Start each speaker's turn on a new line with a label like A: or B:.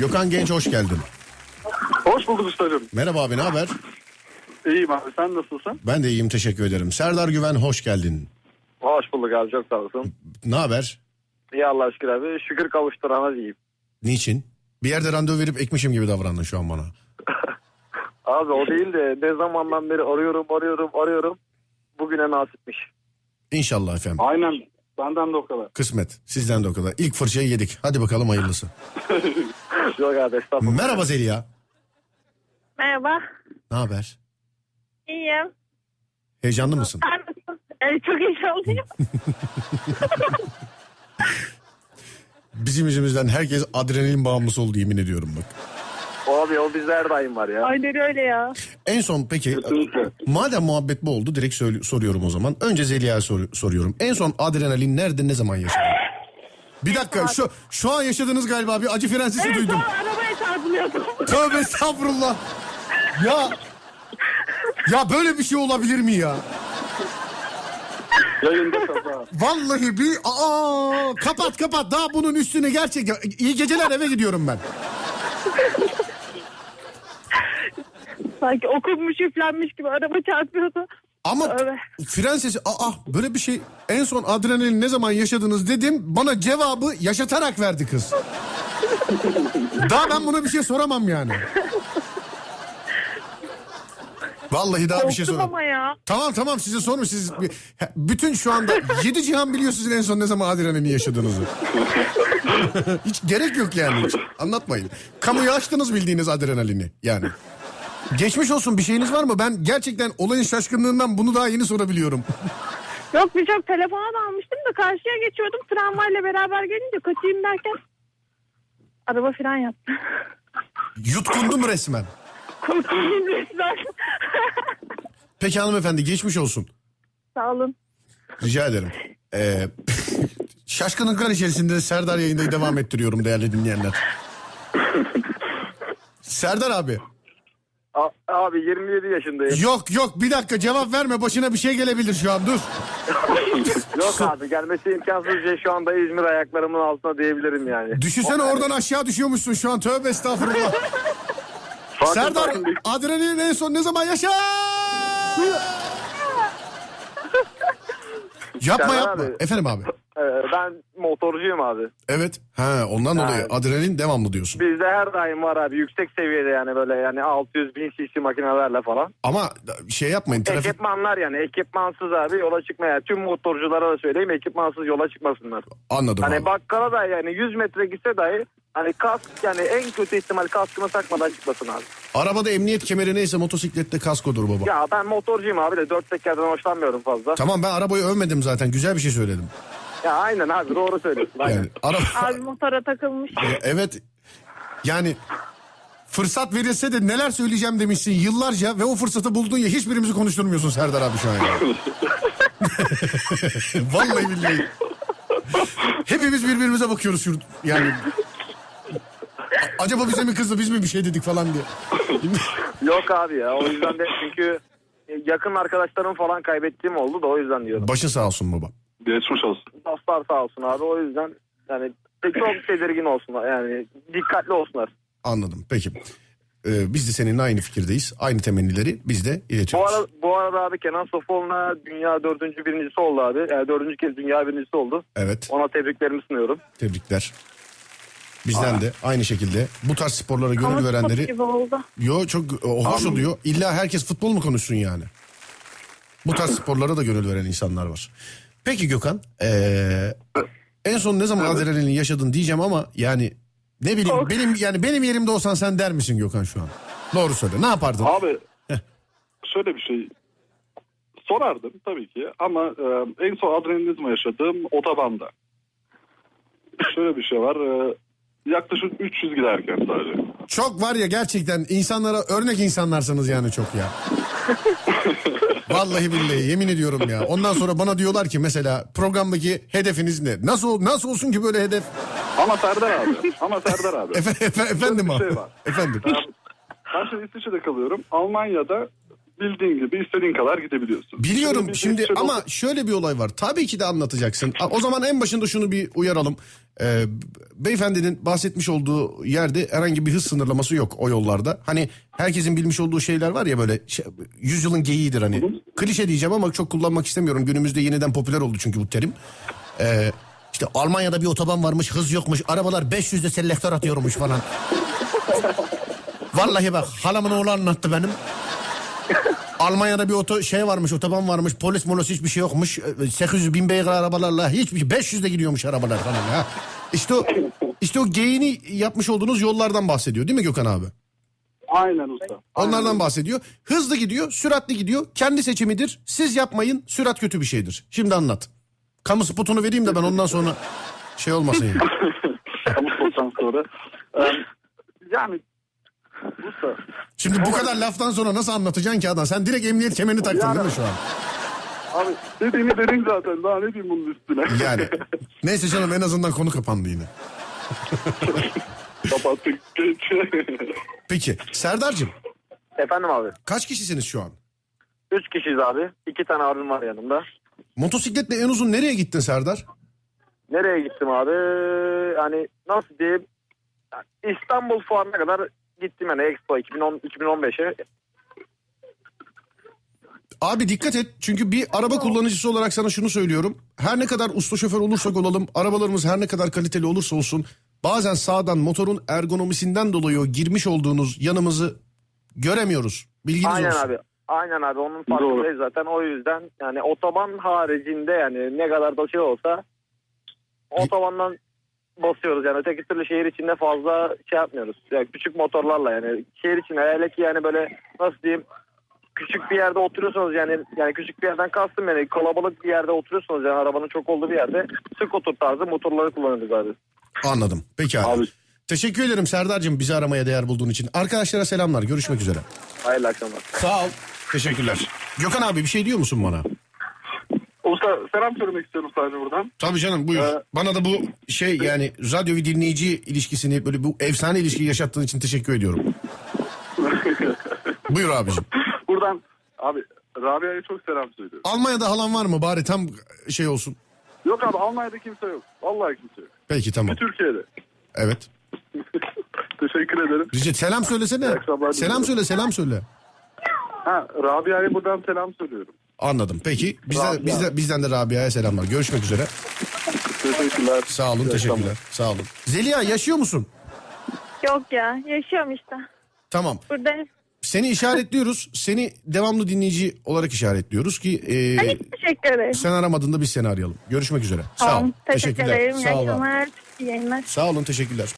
A: Gökhan Genç hoş geldin.
B: Hoş bulduk ustacığım.
A: Merhaba abi, ne haber?
B: İyiyim abi, sen nasılsın?
A: Ben de iyiyim, teşekkür ederim. Serdar Güven hoş geldin.
B: Hoş bulduk abi, çok sağ olasın.
A: Ne haber?
B: İyi Allah'a şükür abi, şükür kavuşturana diyeyim.
A: Niçin? Bir yerde randevu verip ekmişim gibi davrandın şu an bana.
B: Abi o değil de ne zamandan beri arıyorum. Bugüne nasipmiş.
A: İnşallah efendim.
B: Aynen, benden de o kadar.
A: Kısmet, sizden de o kadar. İlk fırçayı yedik. Hadi bakalım hayırlısı.
B: Yok abi, estağfurullah.
A: Merhaba Zeliha.
C: Merhaba.
A: Ne haber?
C: İyiyim.
A: Heyecanlı mısın?
C: Sen nasılsın? Çok heyecanlıyım.
A: Bizim yüzümüzden herkes adrenalin bağımlısı oldu, yemin ediyorum bak.
B: Abi o bizde her daim var ya.
C: Aynen öyle ya.
A: En son peki,
B: Kesinlikle.
A: madem muhabbet bu oldu, direkt soruyorum o zaman. Önce Zeliha'ya soruyorum. En son adrenalin nerede, ne zaman yaşadın? Bir dakika, şu an yaşadığınız galiba bir acı fren sesi
C: Evet,
A: duydum.
C: o arabaya çarpılıyordum.
A: Tövbe estağfurullah. Ya böyle bir şey olabilir mi ya?
B: Yayında kafa.
A: Vallahi kapat daha bunun üstüne gerçekten iyi geceler, eve gidiyorum ben.
C: Sanki okunmuş, üflenmiş gibi araba çarpıyordu.
A: Ama
C: Evet.
A: fren sesi böyle bir şey, en son adrenalin ne zaman yaşadınız dedim, bana cevabı yaşatarak verdi kız. Daha ben buna bir şey soramam yani. Vallahi daha bir şey
C: Korktum
A: soramam.
C: ama ya.
A: Tamam size sormuş, siz bütün şu anda 7 cihan biliyor sizin en son ne zaman adrenalini yaşadığınızı. Hiç gerek yok yani, hiç anlatmayın. Kamuya açtınız bildiğiniz adrenalini yani. Geçmiş olsun, bir şeyiniz var mı? Ben gerçekten olayın şaşkınlığından bunu daha yeni sorabiliyorum.
C: Yok, birçok telefona da almıştım da karşıya geçiyordum. Tramvayla beraber gelince kaçayım derken araba fren yaptı.
A: Yutkundum resmen.
C: Korktum resmen.
A: Peki hanımefendi, geçmiş olsun.
C: Sağ olun.
A: Rica ederim. Şaşkınlıklar içerisinde de Serdar yayındayı devam ettiriyorum değerli dinleyenler. Serdar abi.
B: Abi 27 yaşındayım.
A: Yok bir dakika, cevap verme, başına bir şey gelebilir şu an, dur.
B: Yok abi, gelmesi imkansız şey, şu anda İzmir ayaklarımın altına diyebilirim yani.
A: Düşünsene, oradan aşağı düşüyormuşsun şu an, tövbe estağfurullah. Serdar, adrenalin en son ne zaman yaşa? Yapma.
B: Abi.
A: Efendim abi.
B: Ben motorcuyum abi.
A: Evet. Ondan dolayı adrenalin devamlı diyorsun.
B: Bizde her daim var abi, yüksek seviyede yani, böyle yani 600.000 cc makinelerle falan.
A: Ama şey yapmayın, trafik...
B: Ekipmanlar yani, ekipmansız abi yola çıkmaya, tüm motorculara da söyleyeyim, ekipmansız yola çıkmasınlar.
A: Anladım
B: Hani
A: abi.
B: bakkala da yani 100 metre gitse dahi hani kask, yani en kötü ihtimal kaskını takmadan çıkmasın abi.
A: Arabada emniyet kemeri neyse motosiklette kaskodur baba.
B: Ya ben motorcuyum abi de, dört tekerden hoşlanmıyorum fazla.
A: Tamam, ben arabayı övmedim zaten, güzel bir şey söyledim.
B: Ya aynen abi, doğru söylüyorsun. Aynen.
A: Yani
C: Abi motora takılmış.
A: evet, yani fırsat verilse de neler söyleyeceğim demişsin yıllarca ve o fırsatı buldun ya, hiçbirimizi konuşturmuyorsun Serdar abi şu an ya. Vallahi billahi. Hepimiz birbirimize bakıyoruz yani. Acaba bize mi kızdı, biz mi bir şey dedik falan diye.
B: Yok abi ya, o yüzden de, çünkü yakın arkadaşlarım falan kaybettiğim oldu da, o yüzden diyorum.
A: Başın sağ olsun baba.
D: Geçmiş olsun.
B: Dostlar sağ olsun abi, o yüzden yani çok tedirgin olsunlar, yani dikkatli olsunlar.
A: Anladım, peki. Biz de seninle aynı fikirdeyiz. Aynı temennileri biz de iletiyoruz.
B: Bu arada abi, Kenan Sofuoğlu'na dünya 4. birincisi oldu abi. Yani 4. kez dünya birincisi oldu.
A: Evet,
B: Ona tebriklerimi sunuyorum.
A: tebrikler. Bizden de aynı şekilde bu tarz sporlara gönül
C: Ama
A: verenleri...
C: spot gibi oldu.
A: Çok hoş oluyor. İlla herkes futbol mu konuşsun yani? Bu tarz sporlara da gönül veren insanlar var. Peki Gökhan, en son ne zaman adrenalin yaşadın diyeceğim ama yani ne bileyim, benim yerimde olsan sen der misin Gökhan şu an? Doğru söyle. Ne yapardın?
D: Abi şöyle bir şey sorardım tabii ki, ama en son adrenalizm yaşadığım otobanda. Şöyle bir şey var. Yaklaşık 300 giderken sadece.
A: Çok var ya, gerçekten insanlara örnek insanlarsınız yani, çok ya. Vallahi billahi, yemin ediyorum ya. Ondan sonra bana diyorlar ki mesela, programdaki hedefiniz ne? Nasıl olsun ki böyle hedef?
D: Ama Serdar abi.
A: Efendim
D: bir
A: abi.
D: şey var.
A: Efendim.
D: Ben şimdi İsviçre'de kalıyorum. Almanya'da bildiğin gibi istediğin kadar gidebiliyorsun.
A: Biliyorum
D: biz
A: şimdi
D: İsviçre'de
A: ama şöyle bir olay var. Tabii ki de anlatacaksın. O zaman en başında şunu bir uyaralım. Beyefendinin bahsetmiş olduğu yerde herhangi bir hız sınırlaması yok o yollarda. Hani herkesin bilmiş olduğu şeyler var ya böyle yüzyılın geyiğidir hani. Klişe diyeceğim ama çok kullanmak istemiyorum. Günümüzde yeniden popüler oldu çünkü bu terim. İşte Almanya'da bir otoban varmış, hız yokmuş. Arabalar 500'de selektör atıyormuş falan. Vallahi bak halamın oğlu anlattı benim. Almanya'da bir varmış, otoban varmış, polis molos hiçbir şey yokmuş. 800 bin beygir arabalarla hiçbir şey, 500'de gidiyormuş arabalar falan ya. İşte o geyiğini yapmış olduğunuz yollardan bahsediyor değil mi Gökhan abi?
D: Aynen usta.
A: Onlardan bahsediyor. Hızlı gidiyor, süratli gidiyor. Kendi seçimidir. Siz yapmayın, sürat kötü bir şeydir. Şimdi anlat. Kamu spotunu vereyim de ben ondan sonra şey olmasın yani.
D: Kamu spotundan sonra. Yani usta.
A: Şimdi bu kadar laftan sonra nasıl anlatacaksın ki adam? Sen direkt emniyet kemerini taktın değil mi şu an?
D: Abi dediğimi dedin zaten. Daha ne diyeyim bunun üstüne?
A: Yani. Neyse canım en azından konu kapandı yine.
D: Kapattık.
A: Peki Serdar'cığım
B: Efendim abi.
A: kaç kişisiniz şu an?
B: 3 kişiyiz abi. 2 tane abim var yanımda.
A: Motosikletle en uzun nereye gittin Serdar?
B: Nereye gittim abi? Hani nasıl diyeyim? İstanbul Fuarı'na kadar gittim yani Expo 2015'e.
A: Abi dikkat et çünkü bir araba kullanıcısı olarak sana şunu söylüyorum. Her ne kadar usta şoför olursak olalım, arabalarımız her ne kadar kaliteli olursa olsun bazen sağdan motorun ergonomisinden dolayı o girmiş olduğunuz yanımızı göremiyoruz. Bilginiz
B: Aynen
A: olsun.
B: abi. Aynen abi onun farkındayız zaten o yüzden yani otoban haricinde yani ne kadar da şey olsa otobandan basıyoruz yani öteki türlü şehir içinde fazla şey yapmıyoruz. Yani küçük motorlarla yani şehir içinde hele ki yani böyle nasıl diyeyim küçük bir yerde oturuyorsunuz yani küçük bir yerden kastım yani kalabalık bir yerde oturuyorsunuz yani arabanın çok olduğu bir yerde scooter tarzı motorları kullanıyoruz abi.
A: Anladım. Peki abi. Teşekkür ederim Serdar'cığım bizi aramaya değer bulduğun için. Arkadaşlara selamlar. Görüşmek üzere.
B: Hayırlı akşamlar.
A: Sağ ol. Teşekkürler. Gökhan abi bir şey diyor musun bana?
D: Usta selam söylemek istiyorum sadece buradan.
A: Tabii canım buyur. Bana da bu yani radyo ve dinleyici ilişkisini böyle bu efsane ilişkiyi yaşattığın için teşekkür ediyorum. Buyur abicim.
D: Buradan abi Rabia'ya çok selam söylüyorum.
A: Almanya'da halan var mı bari tam şey olsun.
D: Yok abi Almanya'da kimse yok. Vallahi kimse yok.
A: Peki tamam.
D: Bir Türkiye'de.
A: Evet.
D: Teşekkür ederim.
A: Selam söylesene.
D: akşamlar
A: Selam söyle selam söyle.
D: Ha Rabia'ya buradan selam söylüyorum.
A: Anladım. Peki
D: Rabia.
A: bizden de Rabia'ya selamlar. Görüşmek üzere.
D: Teşekkürler.
A: Sağ olun
D: İyi
A: teşekkürler.
D: akşamlar.
A: Sağ olun. Zeliha yaşıyor musun?
C: Yok ya yaşıyorum işte.
A: Tamam.
C: Buradayım.
A: Seni işaretliyoruz. Seni devamlı dinleyici olarak işaretliyoruz ki
C: Hani teşekkür ederim.
A: sen aramadığında biz seni arayalım. Görüşmek üzere. Sağ ol.
C: Tamam, teşekkür ederim.
A: Sağ ol.
C: İyi akşamlar. İyi yayınlar.
A: Sağ olun teşekkürler.